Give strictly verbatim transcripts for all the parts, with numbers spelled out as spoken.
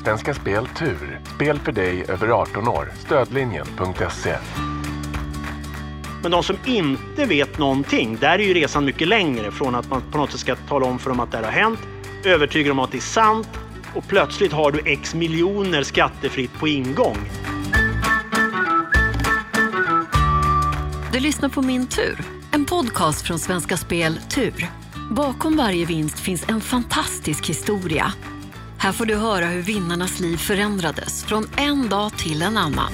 Svenska Spel Tur. Spel för dig över arton år. Stödlinjen punkt se. Men de som inte vet någonting, där är ju resan mycket längre från att man på något sätt ska tala om för dem att det här har hänt, övertyga dem att det är sant och plötsligt har du x miljoner skattefritt på ingång. Du lyssnar på Min Tur, en podcast från Svenska Spel Tur. Bakom varje vinst finns en fantastisk historia. Här får du höra hur vinnarnas liv förändrades från en dag till en annan.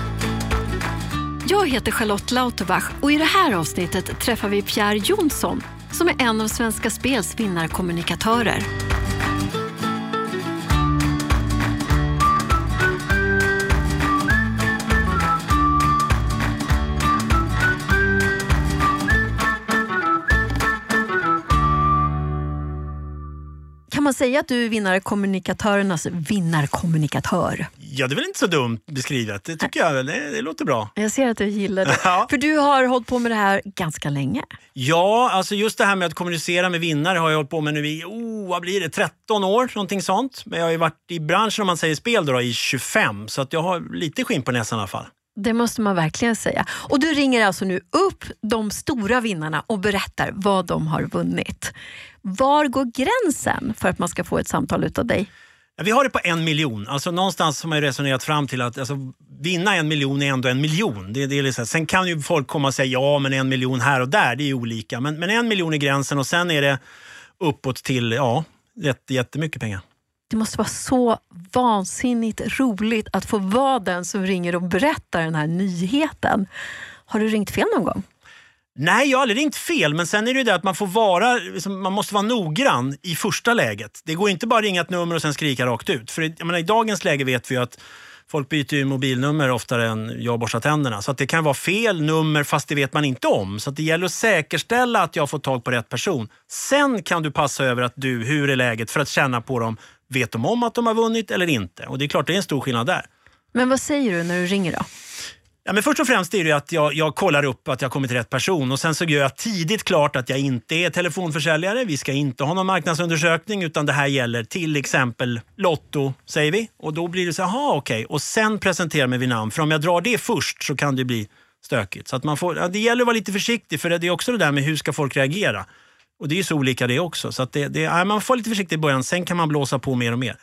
Jag heter Charlotte Lauterbach och i det här avsnittet träffar vi Pierre Jonsson som är en av Svenska Spels vinnarkommunikatörer. Kan man säga att du är vinnarkommunikatörernas vinnarkommunikatör? Ja, det är väl inte så dumt beskrivet. Det tycker jag väl. Det, det låter bra. Jag ser att du gillar det. Ja. För du har hållit på med det här ganska länge. Ja, alltså just det här med att kommunicera med vinnare har jag hållit på med nu i, oh, vad blir det, tretton år, någonting sånt. Men jag har ju varit i branschen, om man säger spel då, i tjugofem. Så att jag har lite skinn på näsan i alla fall. Det måste man verkligen säga. Och du ringer alltså nu upp de stora vinnarna och berättar vad de har vunnit. Var går gränsen för att man ska få ett samtal utav dig? Ja, vi har det på en miljon. Alltså någonstans har man ju resonerat fram till att alltså, vinna en miljon är ändå en miljon. Det, det är liksom, sen kan ju folk komma och säga ja, men en miljon här och där, det är ju olika. Men, men en miljon är gränsen och sen är det uppåt till, ja, jätte, jättemycket pengar. Det måste vara så vansinnigt roligt att få vara den som ringer och berättar den här nyheten. Har du ringt fel någon gång? Nej, jag har aldrig ringt fel, men sen är det ju det att man får vara, liksom, man måste vara noggrann i första läget. Det går inte bara ringa ett nummer och sen skrika rakt ut. För jag menar, i dagens läge vet vi ju att folk byter ju mobilnummer oftare än jag borstar tänderna. Så att det kan vara fel nummer fast det vet man inte om. Så att det gäller att säkerställa att jag får tag på rätt person. Sen kan du passa över att du, hur är läget, för att känna på dem. Vet de om att de har vunnit eller inte? Och det är klart, det är en stor skillnad där. Men vad säger du när du ringer då? Ja, men först och främst är det att jag, jag kollar upp att jag kommit till rätt person. Och sen så gör jag tidigt klart att jag inte är telefonförsäljare. Vi ska inte ha någon marknadsundersökning, utan det här gäller till exempel Lotto, säger vi. Och då blir det så här, aha, okej. Och sen presenterar mig vid namn. För om jag drar det först så kan det bli stökigt. Så att man får, ja, det gäller att vara lite försiktig, för det är också det där med hur ska folk reagera. Och det är ju så olika det också. Så att det, det, ja, man får lite försiktig i början, sen kan man blåsa på mer och mer.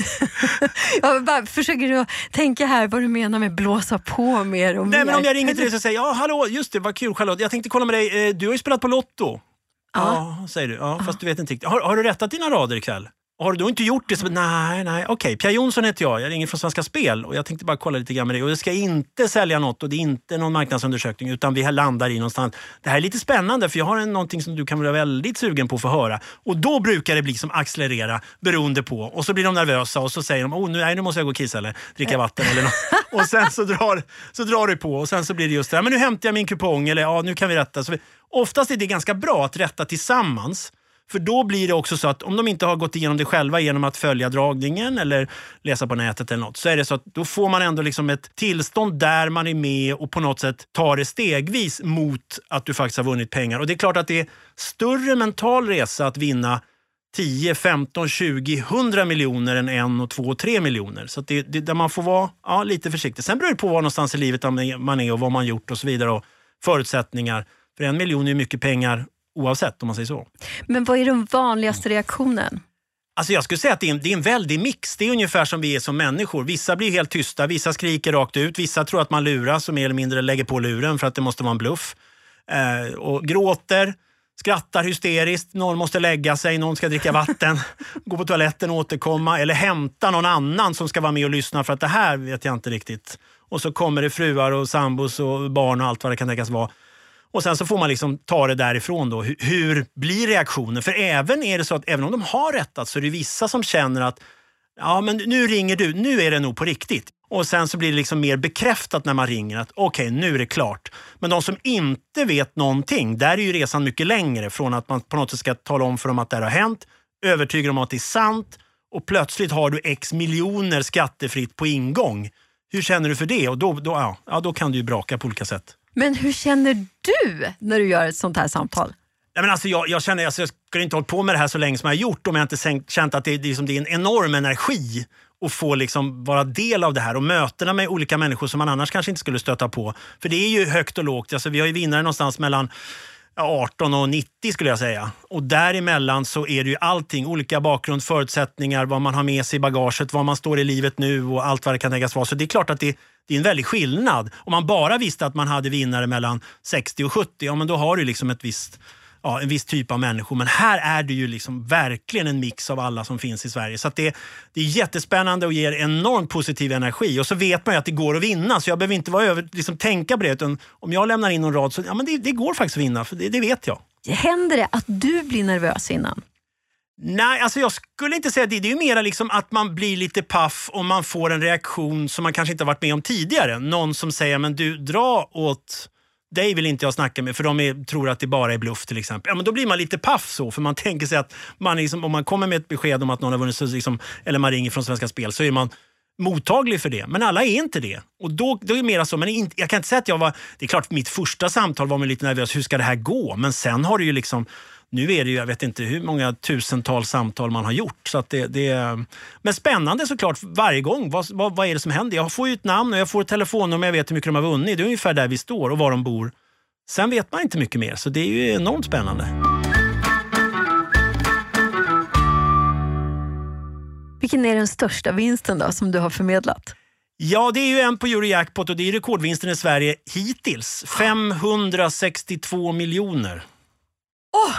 Jag bara försöker du tänka här vad du menar med blåsa på mer och mer. Nej, men om jag ringer till dig så säger jag, ja hallå, just det, vad kul Charlotte. Jag tänkte kolla med dig, du har ju spelat på Lotto. Ja, ja säger du. Ja, fast du vet inte riktigt. Har, har du rättat dina rader ikväll? Har du då inte gjort det? Så, nej, nej, okej. Okay. Pierre Jonsson heter jag. Jag ringer från Svenska Spel och jag tänkte bara kolla lite grann med dig. Och det ska inte sälja något och det är inte någon marknadsundersökning, utan vi landar i någonstans. Det här är lite spännande, för jag har en, någonting som du kan vara väldigt sugen på att få höra. Och då brukar det bli som accelerera beroende på. Och så blir de nervösa och så säger de, oh, nu, nej, nu måste jag gå och kissa eller dricka vatten eller något. Och sen så drar, så drar det på och sen så blir det just det här, men nu hämtar jag min kupong eller ja, nu kan vi rätta. Så vi, oftast är det ganska bra att rätta tillsammans. För då blir det också så att om de inte har gått igenom det själva genom att följa dragningen eller läsa på nätet eller något, så är det så att då får man ändå liksom ett tillstånd där man är med och på något sätt tar det stegvis mot att du faktiskt har vunnit pengar. Och det är klart att det är större mental resa att vinna tio, femton, tjugo, hundra miljoner än en och två och tre miljoner. Så att det, det där man får vara ja, lite försiktig. Sen beror det på var någonstans i livet man är och vad man gjort och så vidare och förutsättningar. För en miljon är mycket pengar oavsett, om man säger så. Men vad är den vanligaste reaktionen? Alltså jag skulle säga att det är, en, det är en väldig mix. Det är ungefär som vi är som människor. Vissa blir helt tysta, vissa skriker rakt ut. Vissa tror att man luras och mer eller mindre lägger på luren för att det måste vara en bluff. Eh, och gråter, skrattar hysteriskt. Någon måste lägga sig, någon ska dricka vatten. Gå på toaletten och återkomma. Eller hämta någon annan som ska vara med och lyssna, för att det här vet jag inte riktigt. Och så kommer det fruar och sambos och barn och allt vad det kan tänkas vara. Och sen så får man liksom ta det därifrån då. Hur, hur blir reaktionen? För även är det så att även om de har rättat så är det vissa som känner att ja, men nu ringer du, nu är det nog på riktigt. Och sen så blir det liksom mer bekräftat när man ringer att okej, okay, nu är det klart. Men de som inte vet någonting, där är ju resan mycket längre från att man på något sätt ska tala om för dem att det har hänt, övertyga dem att det är sant och plötsligt har du x miljoner skattefritt på ingång. Hur känner du för det? Och då, då, ja, ja, då kan du ju braka på olika sätt. Men hur känner du när du gör ett sånt här samtal? Ja, men alltså jag, jag känner alltså jag skulle inte hålla på med det här så länge som jag har gjort om jag inte känt att det, det, liksom, det är en enorm energi och få liksom vara del av det här och mötena med olika människor som man annars kanske inte skulle stöta på. För det är ju högt och lågt. Alltså, vi har ju vinnare någonstans mellan arton och nittio skulle jag säga. Och däremellan så är det ju allting. Olika bakgrund, förutsättningar, vad man har med sig i bagaget, vad man står i livet nu och allt vad det kan tänkas vara. Så det är klart att det, det är en väldig skillnad. Om man bara visste att man hade vinnare mellan sextio och sjuttio, ja men då har du liksom ett visst... Ja, en viss typ av människor. Men här är det ju liksom verkligen en mix av alla som finns i Sverige. Så att det, det är jättespännande och ger enormt positiv energi. Och så vet man ju att det går att vinna. Så jag behöver inte vara över, liksom tänka på det. Utan om jag lämnar in någon rad så ja, men det, det går faktiskt att vinna. För det, det vet jag. Händer det att du blir nervös innan? Nej, alltså jag skulle inte säga det. Det är ju mer liksom att man blir lite paff och man får en reaktion som man kanske inte har varit med om tidigare. Någon som säger, men du, dra åt... dig vill inte jag snacka med, för de är, tror att det bara är bluff till exempel. Ja, men då blir man lite paff så, för man tänker sig att man liksom, om man kommer med ett besked om att någon har vunnit så liksom, eller man ringer från Svenska Spel, så är man mottaglig för det. Men alla är inte det. Och då, då är det mer så, men inte, jag kan inte säga att jag var, det är klart mitt första samtal var man lite nervös, hur ska det här gå? Men sen har det ju liksom, nu är det ju, jag vet inte hur många tusentals samtal man har gjort. Så att det, det, men spännande såklart varje gång. Vad, vad, vad är det som händer? Jag får ju ett namn och jag får ett telefonnummer, jag vet hur mycket de har vunnit. Det är ungefär där vi står och var de bor. Sen vet man inte mycket mer, så det är ju enormt spännande. Vilken är den största vinsten då som du har förmedlat? Ja, det är ju en på Eurojackpot och det är rekordvinsten i Sverige hittills. femhundrasextiotvå miljoner. Oh.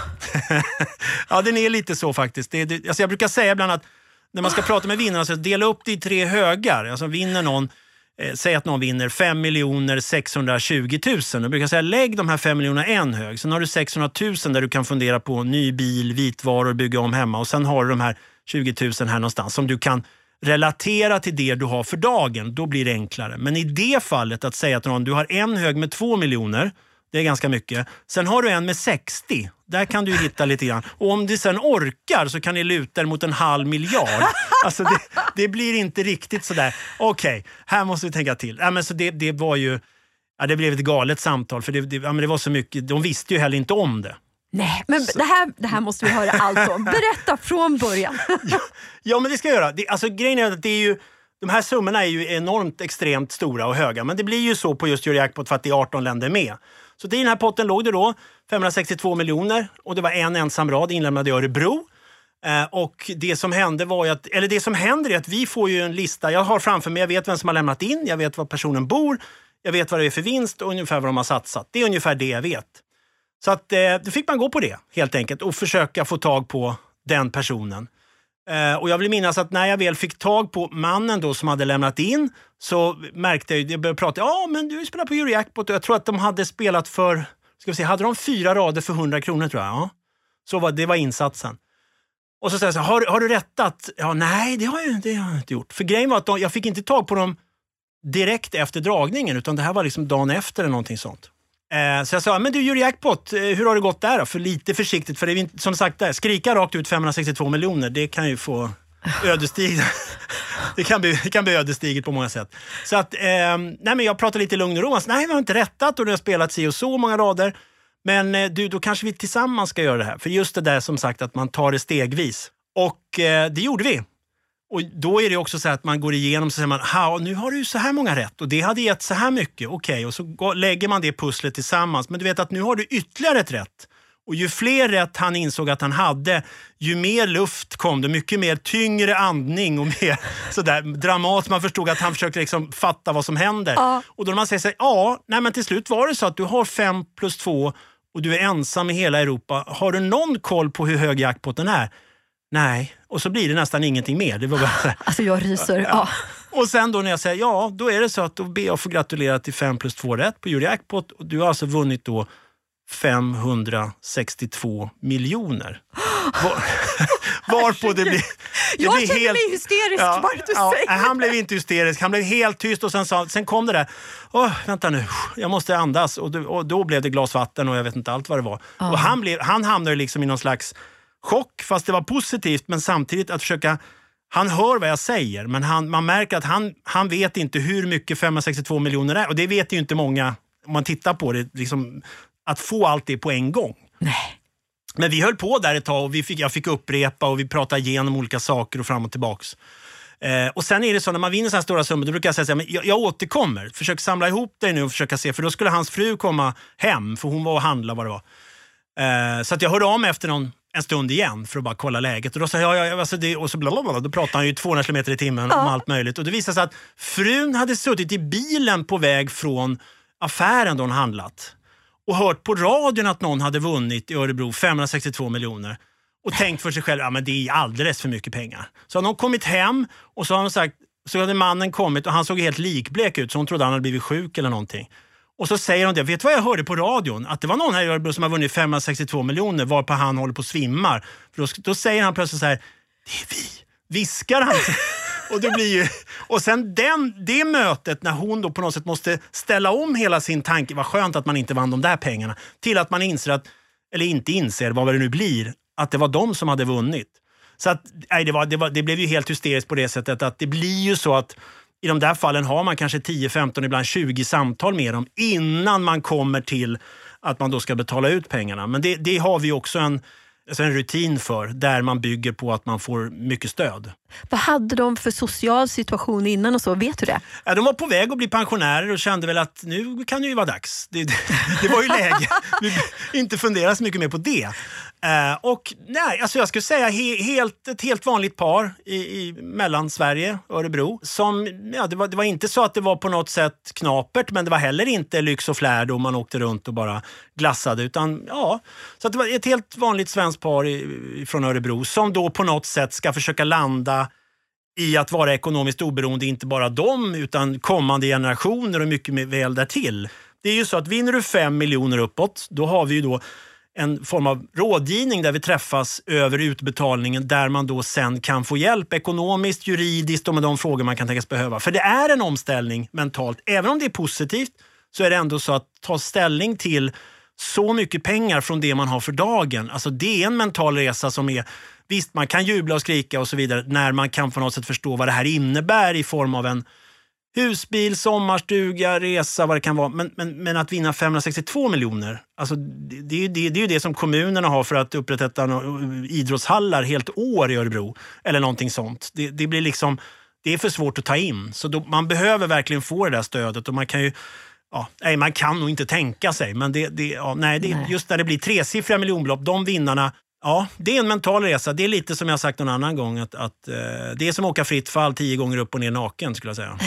Ja, den är lite så faktiskt. Det, det, alltså jag brukar säga ibland att när man ska oh. prata med vinnarna så dela upp det i tre högar. Alltså vinner någon, eh, säg att någon vinner fem miljoner sexhundratjugo tusen. Jag brukar säga lägg de här fem miljonerna en hög. Sen har du sexhundratusen där du kan fundera på ny bil, vitvaror, bygga om hemma. Och sen har du de här tjugo tusen här någonstans som du kan relatera till det du har för dagen. Då blir det enklare. Men i det fallet att säga att någon, du har en hög med två miljoner. Det är ganska mycket. Sen har du en med sextio. Där kan du hitta lite grann. Och om du sen orkar så kan ni luta er mot en halv miljard. Alltså det, det blir inte riktigt sådär. Okej, okay, här måste vi tänka till. Ja, men så det, det var ju... Ja, det blev ett galet samtal. För det, det, ja, men det var så mycket... De visste ju heller inte om det. Nej, men det här, det här måste vi höra allt om. Berätta från början. ja, ja, men det ska jag göra. Det, alltså grejen är att det är ju... De här summorna är ju enormt extremt stora och höga. Men det blir ju så på just Eurojackpot för att det är arton länder med. Så i den här potten låg det då femhundrasextiotvå miljoner och det var en ensam rad inlämnad i Örebro. Eh, och det som hände var ju att, eller det som händer är att vi får ju en lista. Jag har framför mig, jag vet vem som har lämnat in, jag vet var personen bor, jag vet vad det är för vinst och ungefär vad de har satsat. Det är ungefär det jag vet. Så att eh, då fick man gå på det helt enkelt och försöka få tag på den personen. Uh, och jag vill minnas att när jag väl fick tag på mannen då som hade lämnat in så märkte jag, jag började prata, ja men du spelar på Eurojackpot och jag tror att de hade spelat för, ska vi se, hade de fyra rader för hundra kronor tror jag, ja. Så var, det var insatsen. Och så säger jag så här, har, har du rättat? Ja, nej det har, jag, det har jag inte gjort. För grejen var att de, jag fick inte tag på dem direkt efter dragningen utan det här var liksom dagen efter eller någonting sånt. Eh, så jag sa, men du Eurojackpot, eh, hur har det gått där då? För lite försiktigt, för det är inte, som sagt där, skrika rakt ut femhundrasextiotvå miljoner, det kan ju få ödestigert. det, kan bli, det kan bli ödestigert på många sätt. Så att, eh, nej men jag pratade lite lugn och ro. Alltså, nej, vi har inte rättat och det har spelat sig och så många rader. Men eh, du, då kanske vi tillsammans ska göra det här. För just det där som sagt att man tar det stegvis. Och eh, det gjorde vi. Och då är det också så att man går igenom och så säger man, ha, nu har du så här många rätt och det hade gett så här mycket. Okej, okay. Och så går, lägger man det pusslet tillsammans. Men du vet att nu har du ytterligare ett rätt. Och ju fler rätt han insåg att han hade, ju mer luft kom det. Mycket mer tyngre andning och mer sådär dramat. Man förstod att han försökte liksom fatta vad som händer. Ja. Och då man säger sig, ja, nej men till slut var det så att du har fem plus två och du är ensam i hela Europa. Har du någon koll på hur hög jackpotten är? Nej, och så blir det nästan ingenting mer. Det var bara... Alltså jag ryser, ja. ja. Och sen då när jag säger, ja, då är det så att då ber jag få gratulera till fem plus två rätt på Eurojackpot. Och du har alltså vunnit då femhundrasextiotvå miljoner. Var, varpå det blir... Det jag blir känner helt, mig hysterisk, ja, bara du ja, säger. Han blev inte hysterisk, han blev helt tyst och sen, sa, sen kom det där, åh, vänta nu, jag måste andas. Och då, och då blev det glas vatten och jag vet inte allt vad det var. Oh. Och han, blev, han hamnade liksom i någon slags chock, fast det var positivt, men samtidigt att försöka, han hör vad jag säger, men han, man märker att han, han vet inte hur mycket femhundrasextiotvå miljoner är, och det vet ju inte många om man tittar på det, liksom, att få allt det på en gång. Nej. Men vi höll på där ett tag och vi fick, jag fick upprepa och vi pratade igenom olika saker och fram och tillbaks. Eh, och sen är det så, när man vinner så här stora summor, då brukar jag säga att jag, jag återkommer. Försök samla ihop dig nu och försöka se, för då skulle hans fru komma hem, för hon var och handla vad det var. Eh, så att jag hörde om efter någon, en stund igen för att bara kolla läget. Och då sa jag, ja, ja, alltså det, och så blablabla, då pratade han ju tvåhundra kilometer i timmen ja. om allt möjligt. Och det visade sig att frun hade suttit i bilen på väg från affären då hon handlat. Och hört på radion att någon hade vunnit i Örebro femhundrasextiotvå miljoner. Och tänkt för sig själv, ja men det är alldeles för mycket pengar. Så hade hon kommit hem och så har hon sagt, så hade mannen kommit och han såg helt likblek ut, så hon trodde han hade blivit sjuk eller någonting. Och så säger hon det, vet du vad jag hörde på radion? Att det var någon här i Örebro som har vunnit femhundrasextiotvå miljoner, varpå han håller på att svimmar. För då, då säger han plötsligt så här, det är vi, viskar han. Och, det blir ju, och sen den, det mötet när hon då på något sätt måste ställa om hela sin tanke, vad skönt att man inte vann de där pengarna, till att man inser att, eller inte inser vad det nu blir, att det var de som hade vunnit. Så att, nej, det, var, det, var, det blev ju helt hysteriskt på det sättet att det blir ju så att i de där fallen har man kanske tio, femton, ibland tjugo samtal med dem innan man kommer till att man då ska betala ut pengarna. Men det, det har vi också en, alltså en rutin för, där man bygger på att man får mycket stöd. Vad hade de för social situation innan och så, vet du det? Ja, de var på väg att bli pensionärer och kände väl att nu kan det ju vara dags. Det, det, det var ju läge. Vi inte fundera så mycket mer på det. Uh, och nej, alltså jag skulle säga he, helt, ett helt vanligt par i, i mellan Sverige och Örebro. Som, ja, det, var, det var inte så att det var på något sätt knapert, men det var heller inte lyx och flär då man åkte runt och bara glassade. Utan, ja, så att det var ett helt vanligt svenskt par i, från Örebro som då på något sätt ska försöka landa i att vara ekonomiskt oberoende, inte bara dem utan kommande generationer och mycket väl därtill. Det är ju så att vinner du fem miljoner uppåt, då har vi ju då en form av rådgivning där vi träffas över utbetalningen, där man då sen kan få hjälp ekonomiskt, juridiskt och med de frågor man kan tänkas behöva. För det är en omställning mentalt. Även om det är positivt så är det ändå så att ta ställning till så mycket pengar från det man har för dagen. Alltså det är en mental resa som är, visst man kan jubla och skrika och så vidare när man kan på något sätt förstå vad det här innebär i form av en husbil, sommarstuga, resa, vad det kan vara. Men, men, men att vinna femhundrasextiotvå miljoner, alltså det, det, det, det är ju det som kommunerna har för att upprätta idrottshallar helt år i Örebro. Eller någonting sånt. Det, det blir liksom, det är för svårt att ta in. Så då, man behöver verkligen få det där stödet. Och man kan ju, ja, nej, man kan nog inte tänka sig. Men det, det, ja, nej, det, nej. Just när det blir tresiffriga miljonbelopp, de vinnarna, ja, det är en mental resa. Det är lite som jag sagt någon annan gång. Att, att, eh, det är som att åka fritt fall tio gånger upp och ner naken, skulle jag säga.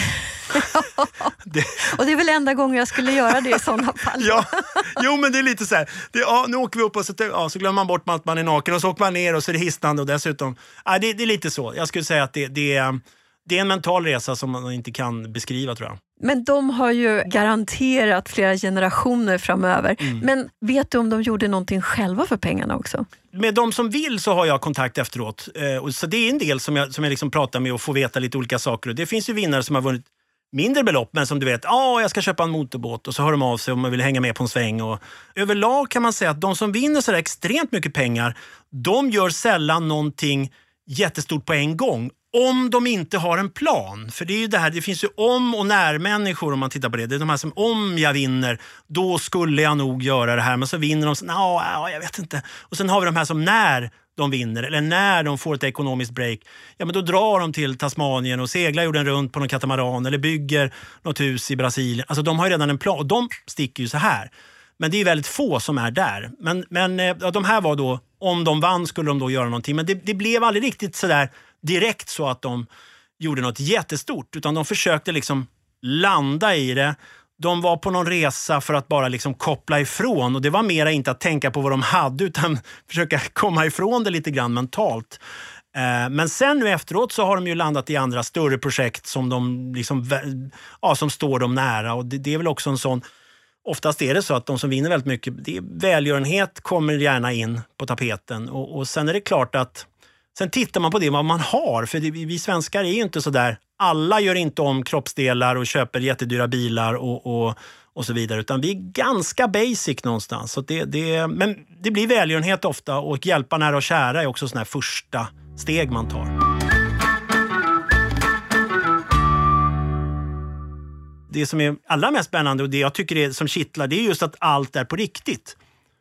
det. Och det är väl enda gången jag skulle göra det i sådana fall. Ja, jo men det är lite så här. Det, ja, nu åker vi upp och så, ja, så glömmer man bort att man är naken. Och så åker man ner och så är det hisnande och dessutom. Ja, det, det är lite så. Jag skulle säga att det, det, är, det är en mental resa som man inte kan beskriva, tror jag. Men de har ju garanterat flera generationer framöver. Mm. Men vet du om de gjorde någonting själva för pengarna också? Med de som vill så har jag kontakt efteråt. Eh, så det är en del som jag, som jag liksom pratar med och får veta lite olika saker. Och det finns ju vinnare som har vunnit mindre belopp, men som du vet, ja, oh, jag ska köpa en motorbåt, och så hör de av sig om man vill hänga med på en sväng. Och överlag kan man säga att de som vinner så där extremt mycket pengar, de gör sällan någonting jättestort på en gång. Om de inte har en plan. För det är ju det här, det finns ju om- och närmänniskor om man tittar på det. Det är de här som, om jag vinner, då skulle jag nog göra det här. Men så vinner de, ja, jag vet inte. Och sen har vi de här som när de vinner, eller när de får ett ekonomiskt break, ja men då drar de till Tasmanien och seglar jorden runt på någon katamaran eller bygger något hus i Brasilien. Alltså de har ju redan en plan och de sticker ju så här. Men det är väldigt få som är där. Men, men ja, de här var då, om de vann skulle de då göra någonting. Men det, det blev aldrig riktigt så där direkt så att de gjorde något jättestort, utan de försökte liksom landa i det. De var på någon resa för att bara liksom koppla ifrån, och det var mera inte att tänka på vad de hade utan försöka komma ifrån det lite grann mentalt. Eh, men sen nu efteråt så har de ju landat i andra större projekt som de liksom, ja, som står dem nära, och det, det är väl också en sån, oftast är det så att de som vinner väldigt mycket, det är välgörenhet kommer gärna in på tapeten, och, och sen är det klart att sen tittar man på det vad man har, för det, vi svenskar är ju inte så där, alla gör inte om kroppsdelar och köper jättedyra bilar och, och, och så vidare, utan vi är ganska basic någonstans. Så det, det, men det blir välgörenhet ofta, och hjälpa nära och kära är också sådana här första steg man tar. Det som är allra mest spännande och det jag tycker är som kittlar, det är just att allt är på riktigt.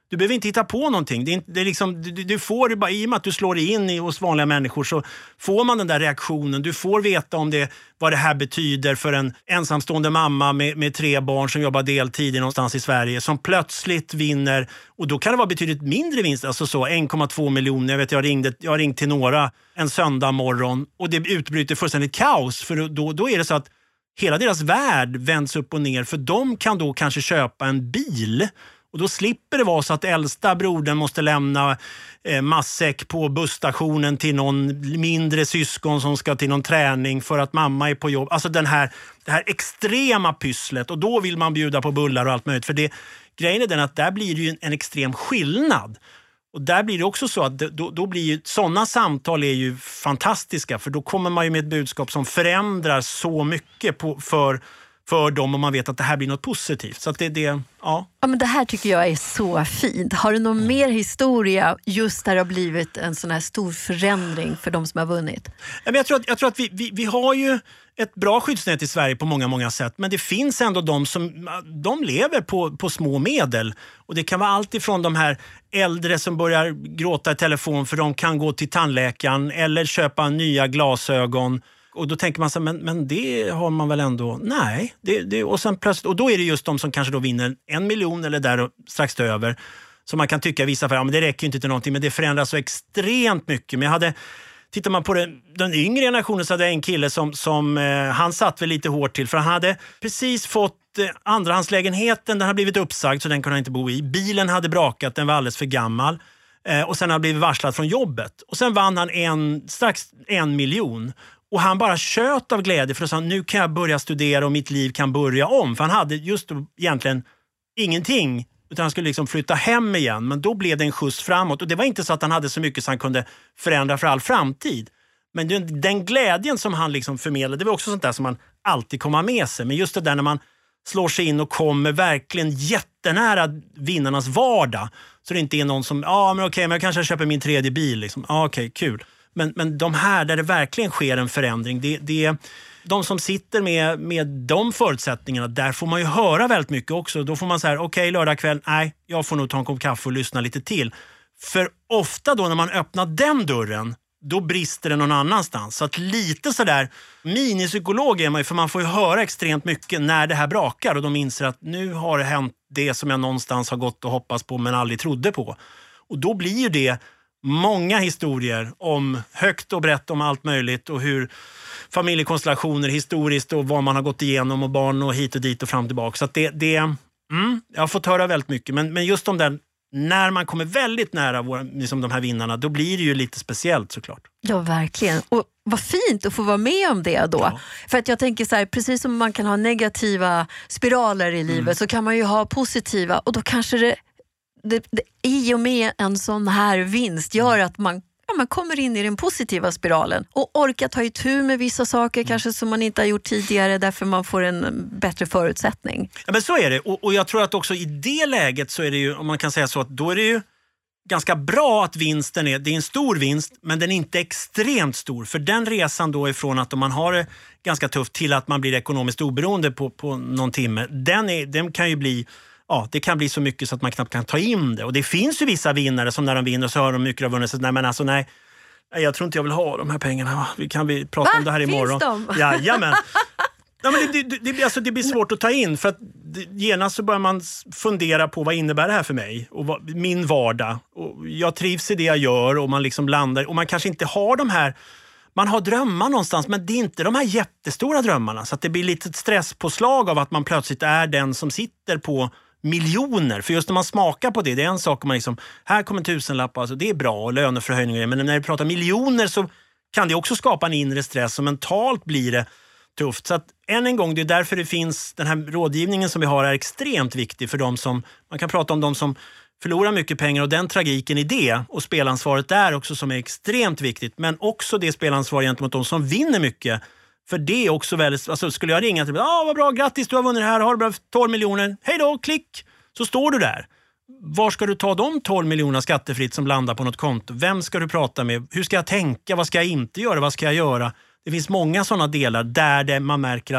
Du behöver inte hitta på någonting. Det är, det är liksom, du, du får det bara, i och med att du slår in i hos vanliga människor så får man den där reaktionen. Du får veta om det, vad det här betyder för en ensamstående mamma med, med tre barn som jobbar deltid någonstans i Sverige som plötsligt vinner. Och då kan det vara betydligt mindre vinst, alltså så en komma två miljoner. Jag vet, jag ringde, jag ringde till några en söndag morgon och det utbryter fullständigt kaos. För då, då är det så att hela deras värld vänds upp och ner, för de kan då kanske köpa en bil. Och då slipper det vara så att äldsta brodern måste lämna eh, matsäck på busstationen till någon mindre syskon som ska till någon träning för att mamma är på jobb. Alltså den här, det här extrema pysslet. Och då vill man bjuda på bullar och allt möjligt. För det, grejen är den att där blir det ju en, en extrem skillnad. Och där blir det också så att då, då blir ju, sådana samtal är ju fantastiska. För då kommer man ju med ett budskap som förändrar så mycket på, för... för dem och man vet att det här blir något positivt. Så att det, det, ja. Ja, men det här tycker jag är så fint. Har du någon mm. mer historia just där det har blivit en sån här stor förändring för de som har vunnit? Ja, men jag tror att, jag tror att vi, vi, vi har ju ett bra skyddsnät i Sverige på många, många sätt. Men det finns ändå de som de lever på, på små medel. Och det kan vara allt ifrån de här äldre som börjar gråta i telefon för de kan gå till tandläkaren eller köpa nya glasögon. Och då tänker man så, men, men det har man väl ändå, nej. Det, det, och, sen plötsligt, och då är det just de som kanske då vinner en miljon eller där och strax över. Som man kan tycka vissa för, ja men det räcker ju inte till någonting, men det förändras så extremt mycket. Men jag hade, tittar man på den, den yngre generationen så hade jag en kille som, som eh, han satt väl lite hårt till. För han hade precis fått eh, andrahandslägenheten, den hade blivit uppsagd så den kunde han inte bo i. Bilen hade brakat, den var alldeles för gammal. Eh, och sen hade han blivit varslad från jobbet. Och sen vann han en, strax en miljon. Och han bara köt av glädje för att säga, nu kan jag börja studera och mitt liv kan börja om. För han hade just då egentligen ingenting, utan han skulle liksom flytta hem igen. Men då blev det en skjuts framåt. Och det var inte så att han hade så mycket så han kunde förändra för all framtid. Men den, den glädjen som han liksom förmedlade, det var också sånt där som man alltid kommer med sig. Men just det där när man slår sig in och kommer verkligen jättenära vinnarnas vardag. Så det inte är någon som, ja ah, men okej, men jag kanske köper min tredje bil. Liksom. Ah, okej, okay, kul. Men, men de här där det verkligen sker en förändring, det, det, de som sitter med, med de förutsättningarna, där får man ju höra väldigt mycket också. Då får man säga, okej okay, lördag kväll, nej, jag får nog ta en kopp kaffe och lyssna lite till. För ofta då när man öppnar den dörren, då brister det någon annanstans. Så att lite sådär minipsykolog är man ju, för man får ju höra extremt mycket när det här brakar. Och de inser att nu har det hänt det som jag någonstans har gått och hoppats på men aldrig trodde på. Och då blir ju det många historier om högt och brett om allt möjligt och hur familjekonstellationer historiskt och vad man har gått igenom och barn och hit och dit och fram och tillbaka. Så att det, det mm, jag har fått höra väldigt mycket. Men, men just de där, när man kommer väldigt nära våra, liksom de här vinnarna, då blir det ju lite speciellt såklart. Ja, verkligen. Och vad fint att få vara med om det då. Ja. För att jag tänker så här, precis som man kan ha negativa spiraler i livet mm. så kan man ju ha positiva, och då kanske det Det, det, i och med en sån här vinst gör att man, ja, man kommer in i den positiva spiralen och orkar ta itu med vissa saker mm. kanske som man inte har gjort tidigare, därför man får en bättre förutsättning. Ja, men så är det, och, och jag tror att också i det läget så är det ju, om man kan säga så, att då är det ju ganska bra att vinsten är, det är en stor vinst, men den är inte extremt stor, för den resan då ifrån att om man har det ganska tufft till att man blir ekonomiskt oberoende på, på någon timme, den, är, den kan ju bli, ja, det kan bli så mycket så att man knappt kan ta in det. Och det finns ju vissa vinnare som när de vinner så hör de mycket av vunnit. Så nej, men alltså nej, jag tror inte jag vill ha de här pengarna. Vi kan vi prata Va? om det här imorgon. Finns de? Ja, jamen. Ja, men det, det, det, alltså, det blir svårt att ta in, för att genast så börjar man fundera på vad innebär det här för mig och vad, min vardag. Och jag trivs i det jag gör och man liksom landar, och man kanske inte har de här, man har drömmar någonstans, men det är inte de här jättestora drömmarna, så att det blir lite stresspåslag av att man plötsligt är den som sitter på miljoner. För just när man smakar på det, det är en sak om man liksom, här kommer en tusenlapp, alltså det är bra och löneförhöjningar, men när vi pratar miljoner så kan det också skapa en inre stress och mentalt blir det tufft. Så att än en gång, det är därför det finns, den här rådgivningen som vi har är extremt viktig för de som, man kan prata om de som förlorar mycket pengar och den tragiken i det, och spelansvaret där också som är extremt viktigt, men också det spelansvar gentemot de som vinner mycket. För det är också väldigt, alltså skulle jag ringa till, ja ah, vad bra, grattis, du har vunnit det här, har du bra tolv miljoner, hej då, klick, så står du där. Var ska du ta de tolv miljoner skattefritt som landar på något konto? Vem ska du prata med? Hur ska jag tänka? Vad ska jag inte göra? Vad ska jag göra? Det finns många sådana delar där det, man märker att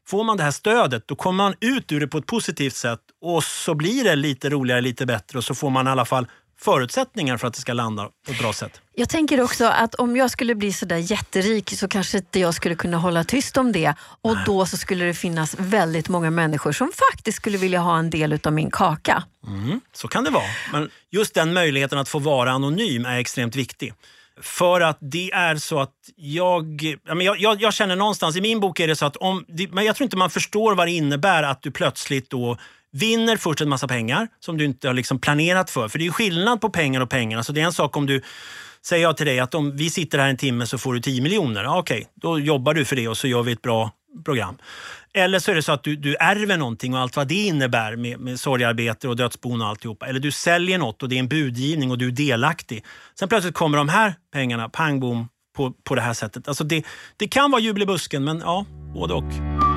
får man det här stödet, då kommer man ut ur det på ett positivt sätt och så blir det lite roligare, lite bättre och så får man i alla fall förutsättningar för att det ska landa på ett bra sätt. Jag tänker också att om jag skulle bli så där jätterik så kanske inte jag skulle kunna hålla tyst om det. Och Nej. Då så skulle det finnas väldigt många människor som faktiskt skulle vilja ha en del av min kaka. Mm, så kan det vara. Men just den möjligheten att få vara anonym är extremt viktig. För att det är så att jag, jag, jag, jag känner någonstans, i min bok är det så att om, men jag tror inte man förstår vad det innebär att du plötsligt då vinner först en massa pengar som du inte har liksom planerat för. För det är ju skillnad på pengar och pengar. Alltså det är en sak om du, säger jag till dig att om vi sitter här en timme så får du tio miljoner. Ja, okej, då jobbar du för det och så gör vi ett bra program. Eller så är det så att du, du ärver någonting och allt vad det innebär med, med sorgarbete och dödsbon och alltihopa. Eller du säljer något och det är en budgivning och du är delaktig. Sen plötsligt kommer de här pengarna, pang bom, på, på det här sättet. Alltså det, det kan vara jubel i busken, men ja, både och.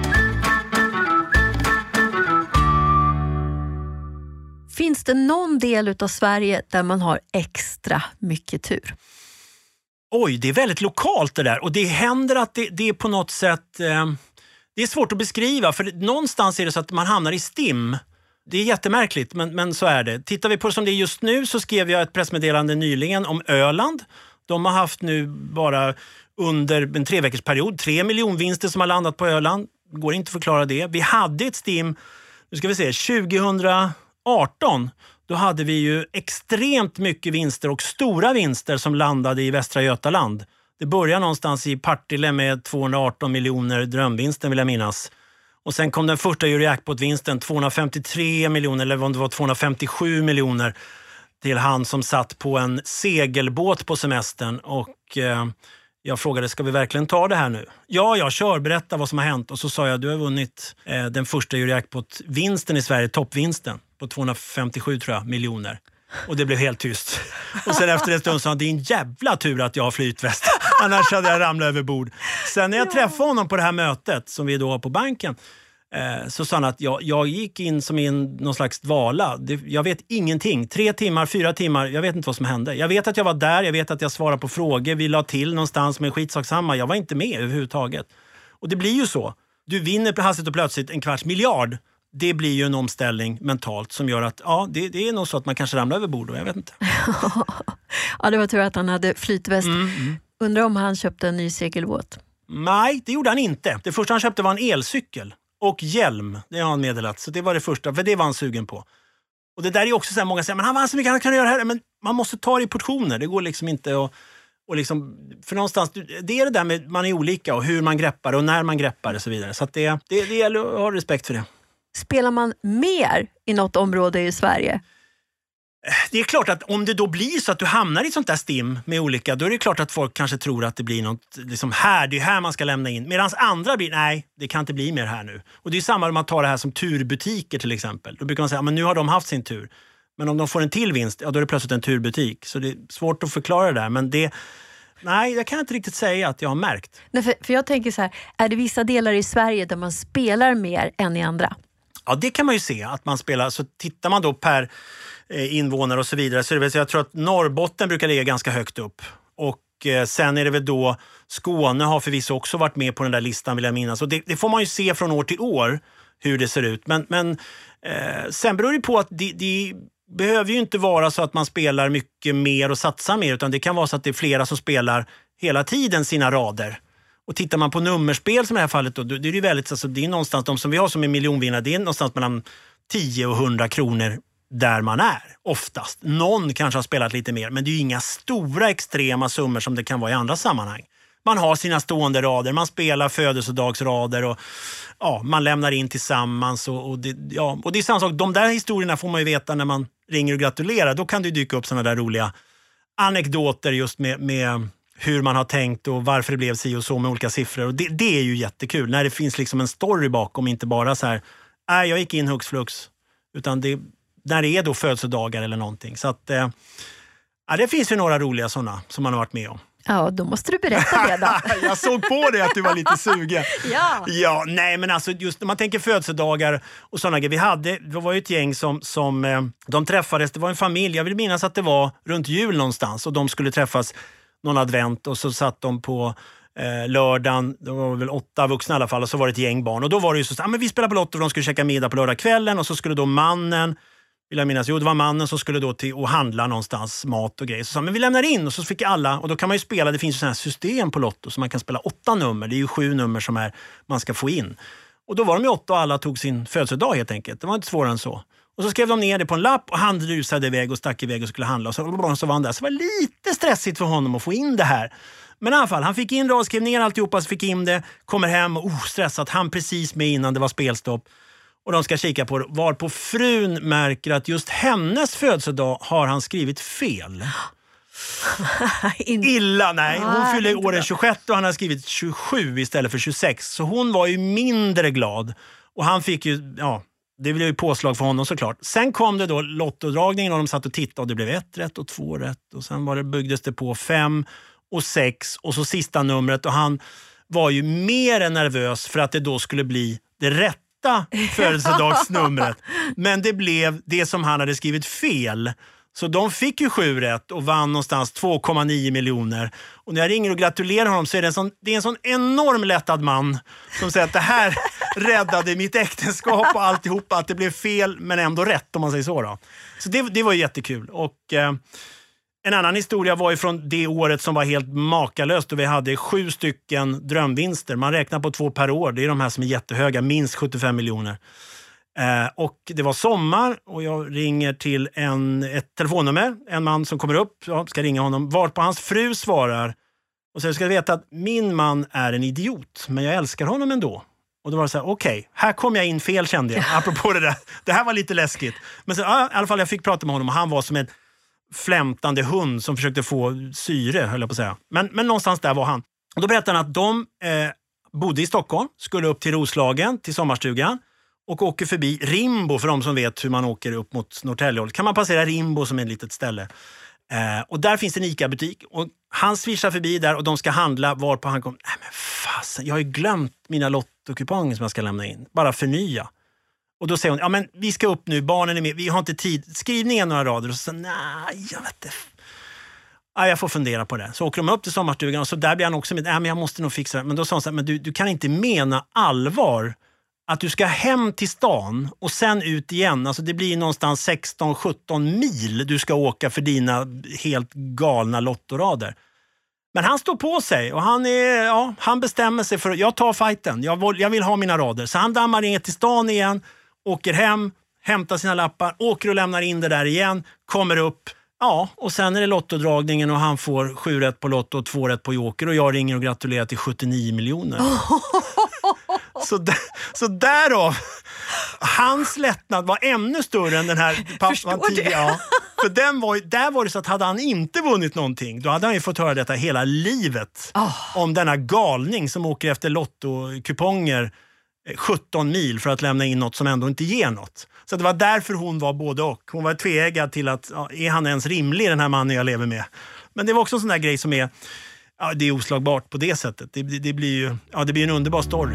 Finns det någon del av Sverige där man har extra mycket tur? Oj, det är väldigt lokalt det där. Och det händer att det, det är på något sätt... Eh, det är svårt att beskriva. För det, någonstans är det så att man hamnar i stim. Det är jättemärkligt, men, men så är det. Tittar vi på det som det är just nu så skrev jag ett pressmeddelande nyligen om Öland. De har haft nu bara under en tre veckors period tre miljonvinster som har landat på Öland. Går inte att förklara det. Vi hade ett stim, nu ska vi se, tjugohundraarton. Då hade vi ju extremt mycket vinster och stora vinster som landade i Västra Götaland. Det började någonstans i Partille med tvåhundraarton miljoner drömvinsten vill jag minnas. Och sen kom den första Eurojackpot-vinsten, tvåhundrafemtiotre miljoner, eller om det var tvåhundrafemtiosju miljoner till han som satt på en segelbåt på semestern. Och eh, jag frågade, ska vi verkligen ta det här nu? Ja, jag kör, berätta vad som har hänt. Och så sa jag, du har vunnit eh, den första Eurojackpot-vinsten i Sverige, toppvinsten på tvåhundrafemtiosju tror jag, miljoner. Och det blev helt tyst. Och sen efter en stund sa han, det är en jävla tur att jag har flytväst. Annars hade jag ramlat över bord. Sen när jag träffade honom på det här mötet som vi då har på banken, eh, så sa han att jag, jag gick in som i en, någon slags dvala. Det, jag vet ingenting. Tre timmar, fyra timmar, jag vet inte vad som hände. Jag vet att jag var där, jag vet att jag svarade på frågor. Vi la till någonstans med skitsaksamma. Jag var inte med överhuvudtaget. Och det blir ju så. Du vinner hastigt och plötsligt en kvarts miljard. Det blir ju en omställning mentalt som gör att ja, det, det är nog så att man kanske ramlar över bord och jag vet inte. Ja, det var tur att han hade flytväst. Mm, mm. Undrar om han köpte en ny segelbåt? Nej, det gjorde han inte. Det första han köpte var en elcykel och hjälm. Det har han meddelat. Så det var det första, för det var han sugen på. Och det där är också så här, många säger, men han var så mycket han kan göra här. Men man måste ta det i portioner. Det går liksom inte att... Och liksom, för någonstans, det är det där med man är olika och hur man greppar och när man greppar och så vidare. Så att det, det, det gäller att ha respekt för det. Spelar man mer i något område i Sverige? Det är klart att om det då blir så att du hamnar i ett sånt där stim med olika, då är det klart att folk kanske tror att det blir något liksom här, det är här man ska lämna in. Medan andra blir, nej, det kan inte bli mer här nu. Och det är samma om man tar det här som turbutiker till exempel. Då brukar man säga, men nu har de haft sin tur. Men om de får en till vinst, ja då är det plötsligt en turbutik. Så det är svårt att förklara det där, men det... Nej, jag kan inte riktigt säga att jag har märkt. Nej, för, för jag tänker så här, är det vissa delar i Sverige där man spelar mer än i andra? Ja, det kan man ju se att man spelar. Så tittar man då per eh, invånare och så vidare så är det väl, så jag tror att Norrbotten brukar ligga ganska högt upp. Och eh, sen är det väl då Skåne har förvisso också varit med på den där listan vill jag minnas. Och det, det får man ju se från år till år hur det ser ut. Men, men eh, sen beror det på att det, det behöver ju inte vara så att man spelar mycket mer och satsar mer. Utan det kan vara så att det är flera som spelar hela tiden sina rader. Och tittar man på nummerspel som i det här fallet då, det är ju väldigt, alltså det är någonstans, de som vi har som är miljonvinnare, det är någonstans mellan tio och hundra kronor där man är, oftast. Någon kanske har spelat lite mer, men det är ju inga stora extrema summor som det kan vara i andra sammanhang. Man har sina stående rader, man spelar födelsedagsrader och ja, man lämnar in tillsammans. Och, och, det, ja, och det är samma sak, de där historierna får man ju veta när man ringer och gratulerar. Då kan det dyka upp såna där roliga anekdoter just med... med hur man har tänkt och varför det blev si och så med olika siffror. Och det, det är ju jättekul när det finns liksom en story bakom, inte bara så här, nej jag gick in hux flux, utan det, när det är då födelsedagar eller någonting. Så att, eh, ja, det finns ju några roliga sådana som man har varit med om. Ja, då måste du berätta det då. Jag såg på det att du var lite sugen. Ja. Ja, nej men alltså just när man tänker födelsedagar och sådana grejer. Vi hade, det var ju ett gäng som, som eh, de träffades, det var en familj, jag vill minnas att det var runt jul någonstans och de skulle träffas någon advent och så satt de på eh, lördagen. Det var väl åtta vuxna i alla fall och så var det ett gäng barn. Och då var det ju så att ah, men vi spelar på Lotto och de skulle käka middag på lördagskvällen och så skulle då mannen, vill jag minnas, jo det var mannen som skulle då till och handla någonstans mat och grejer. Så sa men vi lämnar in och så fick alla, och då kan man ju spela, det finns ju sådana här system på Lotto så man kan spela åtta nummer, det är ju sju nummer som är, man ska få in. Och då var de ju åtta och alla tog sin födelsedag helt enkelt, det var inte svårare än så. Och så skrev de ner det på en lapp och han rusade iväg och stack iväg och skulle handla och så, så var han där. Så det var lite stressigt för honom att få in det här. Men i alla fall, han fick in det och skrev ner alltihopa, så fick in det, kommer hem och oh, stressat, han precis med innan det var spelstopp. Och de ska kika på det, var på frun märker att just hennes födelsedag har han skrivit fel. Illa, nej. Hon fyller åren tjugosju och han har skrivit tjugosju istället för tjugosex. Så hon var ju mindre glad. Och han fick ju, ja, det blev ju påslag för honom såklart. Sen kom det då lottodragningen och de satt och tittade och det blev ett rätt och två rätt. Och sen var det, byggdes det på fem och sex och så sista numret. Och han var ju mer än nervös för att det då skulle bli det rätta födelsedagsnumret. Men det blev det som han hade skrivit fel. Så de fick ju sju rätt och vann någonstans två komma nio miljoner. Och när jag ringer och gratulerar honom så är det en sån, det är en sån enorm lättad man som säger att det här räddade mitt äktenskap och alltihopa. Att det blev fel men ändå rätt om man säger så då. Så det, det var jättekul. Och eh, en annan historia var ju från det året som var helt makalöst. Och vi hade sju stycken drömvinster. Man räknar på två per år. Det är de här som är jättehöga, minst sjuttiofem miljoner. Eh, och det var sommar och jag ringer till en, ett telefonnummer. En man som kommer upp, jag ska ringa honom. Varpå hans fru svarar och säger, ska veta att min man är en idiot. Men jag älskar honom ändå. Och då var det så här, okej, okay, här kom jag in fel kände jag. Apropå det där, det här var lite läskigt. Men så, ja, i alla fall jag fick prata med honom och han var som en flämtande hund som försökte få syre, höll jag på att säga. Men, men någonstans där var han. Och då berättade han att de eh, bodde i Stockholm, skulle upp till Roslagen, till sommarstugan. Och åker förbi Rimbo, för de som vet hur man åker upp mot Norrtälje. Kan man passera Rimbo som är ett litet ställe. Eh, och där finns en ICA-butik. Och han svischar förbi där och de ska handla varpå han kom. Nej men fasen, jag har ju glömt mina lottokuponger som jag ska lämna in. Bara förnya. Och då säger hon, ja men vi ska upp nu, barnen är med, vi har inte tid. Skriv ner några rader. Och så säger nej, jag vet inte. Ja, jag får fundera på det. Så åker de upp till sommarstugan och så där blir han också med. Nej men jag måste nog fixa det. Men då sa hon så här, men du, du kan inte mena allvar att du ska hem till stan och sen ut igen. Alltså det blir någonstans sexton sjutton mil du ska åka för dina helt galna lottorader. Men han står på sig och han, är, ja, han bestämmer sig för att jag tar fighten. Jag vill, jag vill ha mina rader. Så han dammar ner till stan igen, åker hem, hämtar sina lappar, åker och lämnar in det där igen, kommer upp. Ja, och sen är det lottodragningen och han får sju rätt på lotto och två rätt på joker och jag ringer och gratulerar till sjuttionio miljoner. Så, där, så därav, hans lättnad var ännu större än den här pappan tidigare. Ja, för den var, där var det så att hade han inte vunnit någonting, då hade han ju fått höra detta hela livet. Oh. Om denna galning som åker efter lottokuponger sjutton mil för att lämna in något som ändå inte ger något. Så det var därför hon var både och. Hon var tveeggad till att, ja, är han ens rimlig den här mannen jag lever med? Men det var också en sån där grej som är, ja, det är oslagbart på det sättet. Det, det, det blir ju, ja, det blir en underbar story.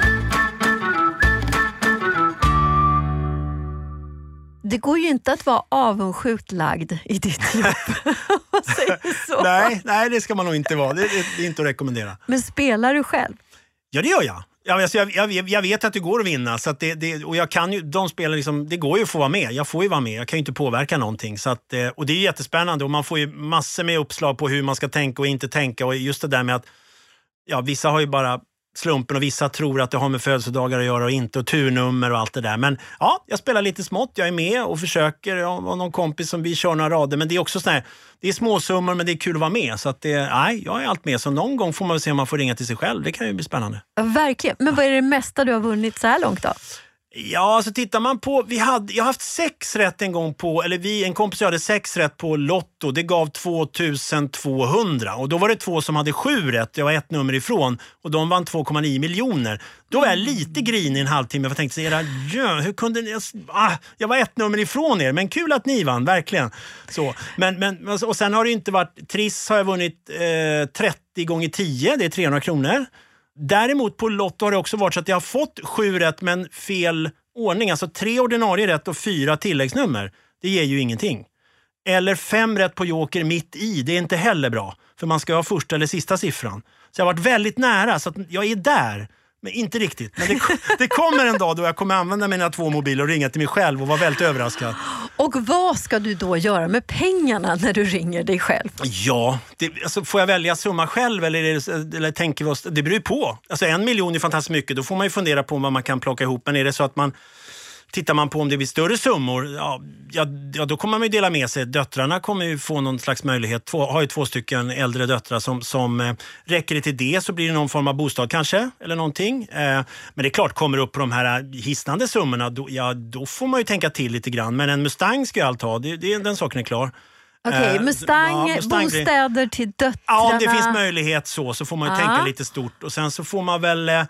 Det går ju inte att vara avundsjukt lagd i ditt jobb. så. Nej, nej, det ska man nog inte vara. Det, det, det är inte att rekommendera. Men spelar du själv? Ja, det gör jag. Ja, alltså jag, jag, jag vet att det går att vinna. Så att det, det, och jag kan ju, de spelar liksom, det går ju att få vara med. Jag får ju vara med. Jag kan ju inte påverka någonting. Så att, och det är jättespännande. Och man får ju massor med uppslag på hur man ska tänka och inte tänka. Och just det där med att ja, vissa har ju bara slumpen och vissa tror att det har med födelsedagar att göra och inte, och turnummer och allt det där. Men ja, jag spelar lite smått, jag är med och försöker. Jag har någon kompis som vi kör några rader, men det är också sån här, det är småsummor men det är kul att vara med. Så att det, nej, jag är allt med. Så någon gång får man väl se om man får ringa till sig själv. Det kan ju bli spännande. Ja, verkligen. Men vad är det mesta du har vunnit så här långt då? Ja, så tittar man på, vi hade, jag har haft sex rätt en gång på, eller vi, en kompis hade sex rätt på Lotto, det gav tvåtusen tvåhundra och då var det två som hade sju rätt, jag var ett nummer ifrån och de vann två komma nio miljoner. Då var jag lite grin i en halvtimme för jag tänkte säga, ja, hur kunde ni, ah, jag var ett nummer ifrån er, men kul att ni vann, verkligen. Så, men, men, och sen har det inte varit, Triss har jag vunnit eh, trettio gånger tio, det är trehundra kronor. Däremot på Lotto har det också varit så att jag har fått sju rätt men fel ordning. Alltså tre ordinarie rätt och fyra tilläggsnummer. Det ger ju ingenting. Eller fem rätt på joker mitt i. Det är inte heller bra. För man ska ha första eller sista siffran. Så jag har varit väldigt nära, så att jag är där. Men inte riktigt. Men det, det kommer en dag då jag kommer använda mina två mobiler och ringa till mig själv och vara väldigt överraskad. Och vad ska du då göra med pengarna när du ringer dig själv? Ja, det, alltså, får jag välja summa själv eller, eller, eller tänker vi oss, det beror ju på. Alltså en miljon är fantastiskt mycket, då får man ju fundera på vad man kan plocka ihop. Men är det så att man, tittar man på om det blir större summor, ja, ja, ja då kommer man ju dela med sig. Döttrarna kommer ju få någon slags möjlighet. Två, har ju två stycken äldre döttrar som, som eh, räcker det till det så blir det någon form av bostad kanske, eller någonting. Eh, men det är klart, kommer upp på de här hisnande summorna, då, ja, då får man ju tänka till lite grann. Men en Mustang ska ju allt ha, det, det, den saken är klar. Okej, okay, eh, Mustang, ja, Mustang, bostäder till döttrarna. Ja, om det finns möjlighet så, så får man ju ah. tänka lite stort. Och sen så får man väl... Eh,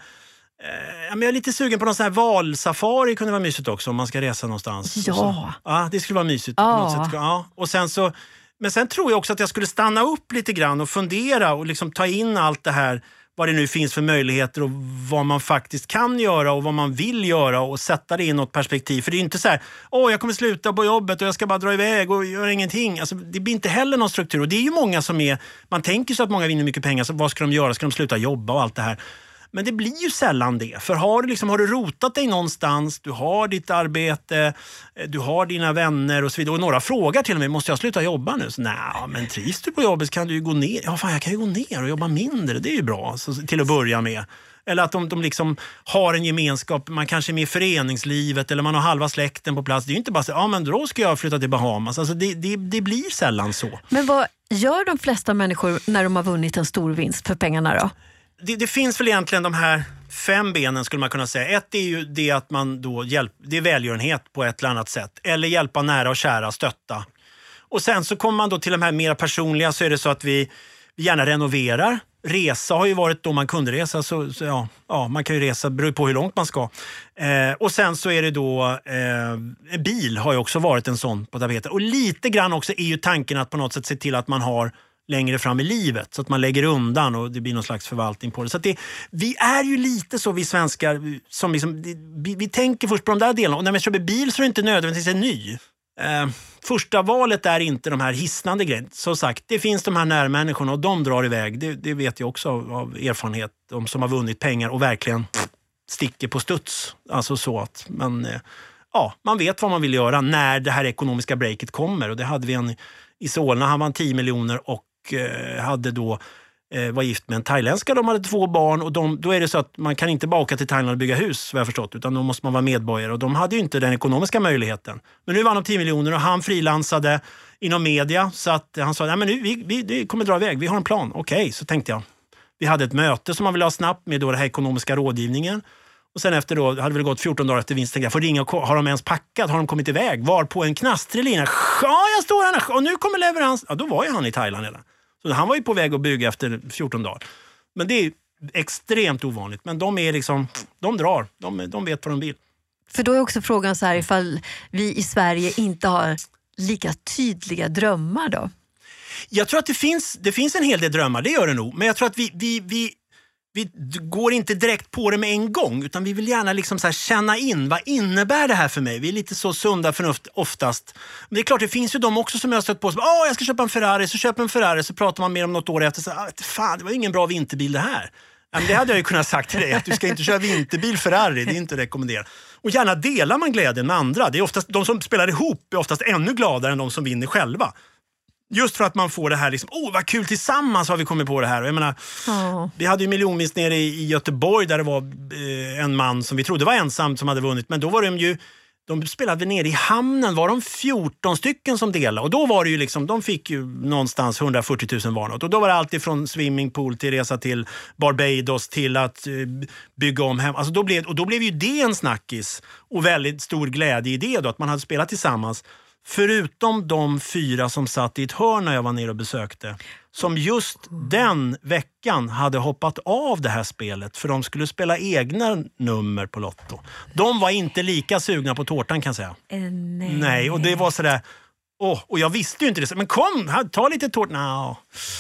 Ja, men jag är lite sugen på någon sån här valsafari, kunde vara mysigt också om man ska resa någonstans. Ja. Så, ja, det skulle vara mysigt ja. på något sätt. Ja. Och sen så, men sen tror jag också att jag skulle stanna upp lite grann och fundera och liksom ta in allt det här, vad det nu finns för möjligheter och vad man faktiskt kan göra och vad man vill göra och sätta det i något perspektiv. För det är inte så här, åh jag kommer sluta på jobbet och jag ska bara dra iväg och göra ingenting. Alltså, det blir inte heller någon struktur. Och det är ju många som är, man tänker så att många vinner mycket pengar, så vad ska de göra? Ska de sluta jobba och allt det här? Men det blir ju sällan det. För har du, liksom, har du rotat dig någonstans, du har ditt arbete, du har dina vänner och så vidare. Och några frågar till och med, måste jag sluta jobba nu? Så, nej, men trivs du på jobbet så kan du ju gå ner. Ja, fan, jag kan ju gå ner och jobba mindre. Det är ju bra så, till att börja med. Eller att de, de liksom har en gemenskap, man kanske är med i föreningslivet eller man har halva släkten på plats. Det är ju inte bara så, ja men då ska jag flytta till Bahamas. Alltså det, det, det blir sällan så. Men vad gör de flesta människor när de har vunnit en stor vinst för pengarna då? Det, det finns väl egentligen de här fem benen skulle man kunna säga. Ett är ju det att man då hjälp, det är välgörenhet på ett eller annat sätt. Eller hjälpa nära och kära, stötta. Och sen så kommer man då till de här mer personliga, så är det så att vi, vi gärna renoverar. Resa har ju varit då man kunde resa, så, så ja, ja, man kan ju resa, beror på hur långt man ska. Eh, och sen så är det då, eh, en bil har ju också varit en sån på tapeten. Och lite grann också är ju tanken att på något sätt se till att man har längre fram i livet, så att man lägger undan och det blir någon slags förvaltning på det. Så att det, vi är ju lite så, vi svenskar, som liksom, vi, vi tänker först på de där delarna. Och när man köper bil så är det inte nödvändigtvis en ny. Eh, första valet är inte de här hisnande grejerna. Så sagt, det finns de här närmänniskorna och de drar iväg. Det, det vet jag också av, av erfarenhet. De som har vunnit pengar och verkligen sticker på studs. Alltså så att man, eh, ja, man vet vad man vill göra när det här ekonomiska breaket kommer. Och det hade vi en i Solna, han vann tio miljoner och eh, hade då eh, var gift med en thailändska. De hade två barn och de, då är det så att man kan inte bara åka till Thailand och bygga hus, vad jag förstått, utan då måste man vara medborgare och de hade ju inte den ekonomiska möjligheten. Men nu vann de tio miljoner och han frilansade inom media, så att han sa, nej men nu, vi, vi, vi kommer dra iväg, vi har en plan. Okej, okay, så tänkte jag. Vi hade ett möte som man ville ha snabbt med då den här ekonomiska rådgivningen. Och sen efter då, hade väl gått fjorton dagar efter vinsten. Jag får ringa och har de ens packat? Har de kommit iväg? Var på en knastrig lina. Ja, jag står här och nu kommer leverans. Ja, då var ju han i Thailand redan. Så han var ju på väg att bygga efter fjorton dagar. Men det är extremt ovanligt. Men de är liksom, de drar. De, de vet vad de vill. För då är också frågan så här, ifall vi i Sverige inte har lika tydliga drömmar då? Jag tror att det finns, det finns en hel del drömmar, det gör det nog. Men jag tror att vi... vi, vi Vi går inte direkt på det med en gång, utan vi vill gärna liksom så här känna in, vad innebär det här för mig? Vi är lite så sunda förnuft oftast. Men det är klart, det finns ju de också som jag har stött på. Åh, jag ska köpa en Ferrari, så köper en Ferrari, så pratar man mer om något år efter. Så, fan, det var ingen bra vinterbil det här. Men det hade jag ju kunnat sagt till dig, att du ska inte köra vinterbil Ferrari, det är inte rekommenderat. Och gärna delar man glädjen med andra. Det är oftast, de som spelar ihop är oftast ännu gladare än de som vinner själva. Just för att man får det här liksom, åh vad kul, tillsammans har vi kommit på det här. Och jag menar, oh. vi hade ju miljonvinst nere i, i Göteborg där det var eh, en man som vi trodde var ensam som hade vunnit. Men då var de ju, de spelade nere i hamnen, var de fjorton stycken som delade. Och då var det ju liksom, de fick ju någonstans hundrafyrtio tusen varnat. Och då var det alltid från swimmingpool till resa till Barbados till att eh, bygga om hem. Alltså då blev, och då blev ju det en snackis och väldigt stor glädje i det då, att man hade spelat tillsammans. Förutom de fyra som satt i ett hörn när jag var nere och besökte, som just den veckan hade hoppat av det här spelet för de skulle spela egna nummer på Lotto. De var inte lika sugna på tårtan kan jag säga. Uh, nej. nej, och det var sådär, åh, och jag visste ju inte det. Men kom, ta lite tårta. Nej,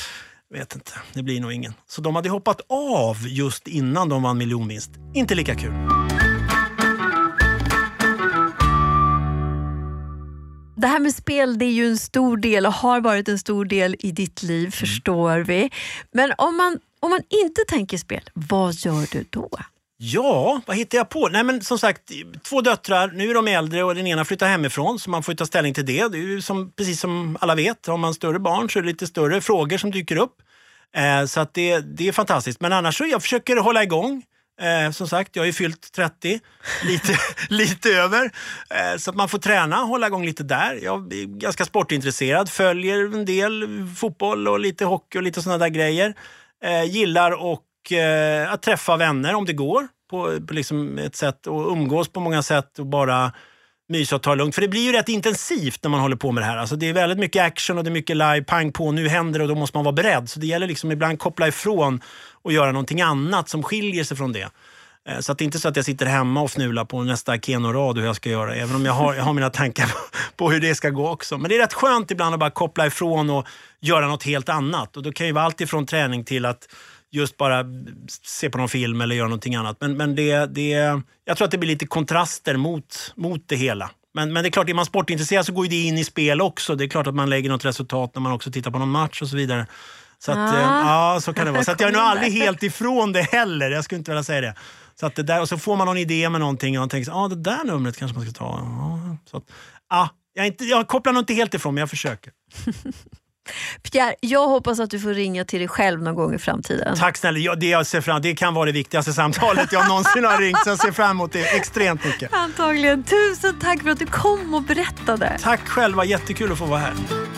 vet inte, det blir nog ingen. Så de hade hoppat av just innan de vann miljonvinst. Inte lika kul. det här med spel, det är ju en stor del och har varit en stor del i ditt liv, mm. förstår vi. Men om man, om man inte tänker spel, vad gör du då? Ja, vad hittar jag på? Nej, men som sagt, två döttrar, nu är de äldre och den ena flyttar hemifrån, så man får ta ställning till det. Det är ju som, precis som alla vet, har man större barn så är det lite större frågor som dyker upp. Eh, så att det, det är fantastiskt. Men annars så jag försöker hålla igång. Eh, som sagt, jag har ju fyllt trettio, lite, lite över. Eh, så att man får träna, hålla igång lite där. Jag är ganska sportintresserad, följer en del fotboll och lite hockey och lite sådana där grejer. Eh, gillar och, eh, att träffa vänner om det går. På, på liksom ett sätt och umgås på många sätt och bara mysa och ta lugnt. För det blir ju rätt intensivt när man håller på med det här. Alltså det är väldigt mycket action och det är mycket live, pang på, nu händer det och då måste man vara beredd. Så det gäller liksom ibland koppla ifrån och göra någonting annat som skiljer sig från det. Så att det är inte så att jag sitter hemma och fnular på nästa Keno-rad hur jag ska göra. Även om jag har, jag har mina tankar på hur det ska gå också. Men det är rätt skönt ibland att bara koppla ifrån och göra något helt annat. Och då kan ju vara allt ifrån träning till att just bara se på någon film eller göra någonting annat. Men, men det, det, jag tror att det blir lite kontraster mot, mot det hela. Men, men det är klart, är man sportintresserad så går det in i spel också. Det är klart att man lägger något resultat när man också tittar på någon match och så vidare. Så att, ah, ja, så kan det vara. Så att jag är nog aldrig helt ifrån det heller. Jag skulle inte vilja säga det. Så att det där, och så får man någon idé med någonting och man tänker, ja ah, det där numret kanske man ska ta. Ja, så att, ah, jag, är inte, jag kopplar nog inte helt ifrån, men jag försöker. Pierre, jag hoppas att du får ringa till dig själv någon gång i framtiden. Tack snälla, ja, det, jag ser fram, det kan vara det viktigaste samtalet jag någonsin har ringt, så jag ser fram emot det extremt mycket. Antagligen. Tusen tack för att du kom och berättade. Tack själva, jättekul att få vara här.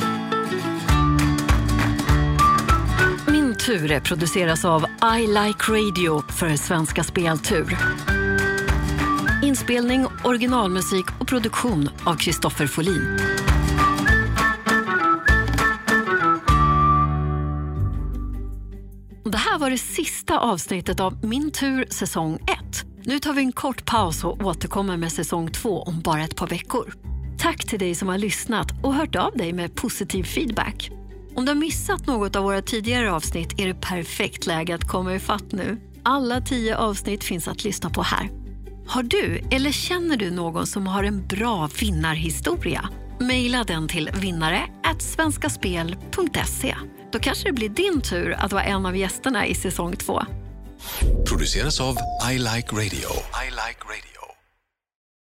Min tur produceras av I Like Radio för Svenska Speltur. Inspelning, originalmusik och produktion av Kristoffer Folin. Det här var det sista avsnittet av Min tur säsong ett. Nu tar vi en kort paus och återkommer med säsong två om bara ett par veckor. Tack till dig som har lyssnat och hört av dig med positiv feedback. Om du har missat något av våra tidigare avsnitt är det perfekt läge att komma i fatt nu. Alla tio avsnitt finns att lyssna på här. Har du eller känner du någon som har en bra vinnarhistoria? Maila den till vinnare at svenskaspel punkt se. Då kanske det blir din tur att vara en av gästerna i säsong två. Produceras av I Like Radio. I Like Radio.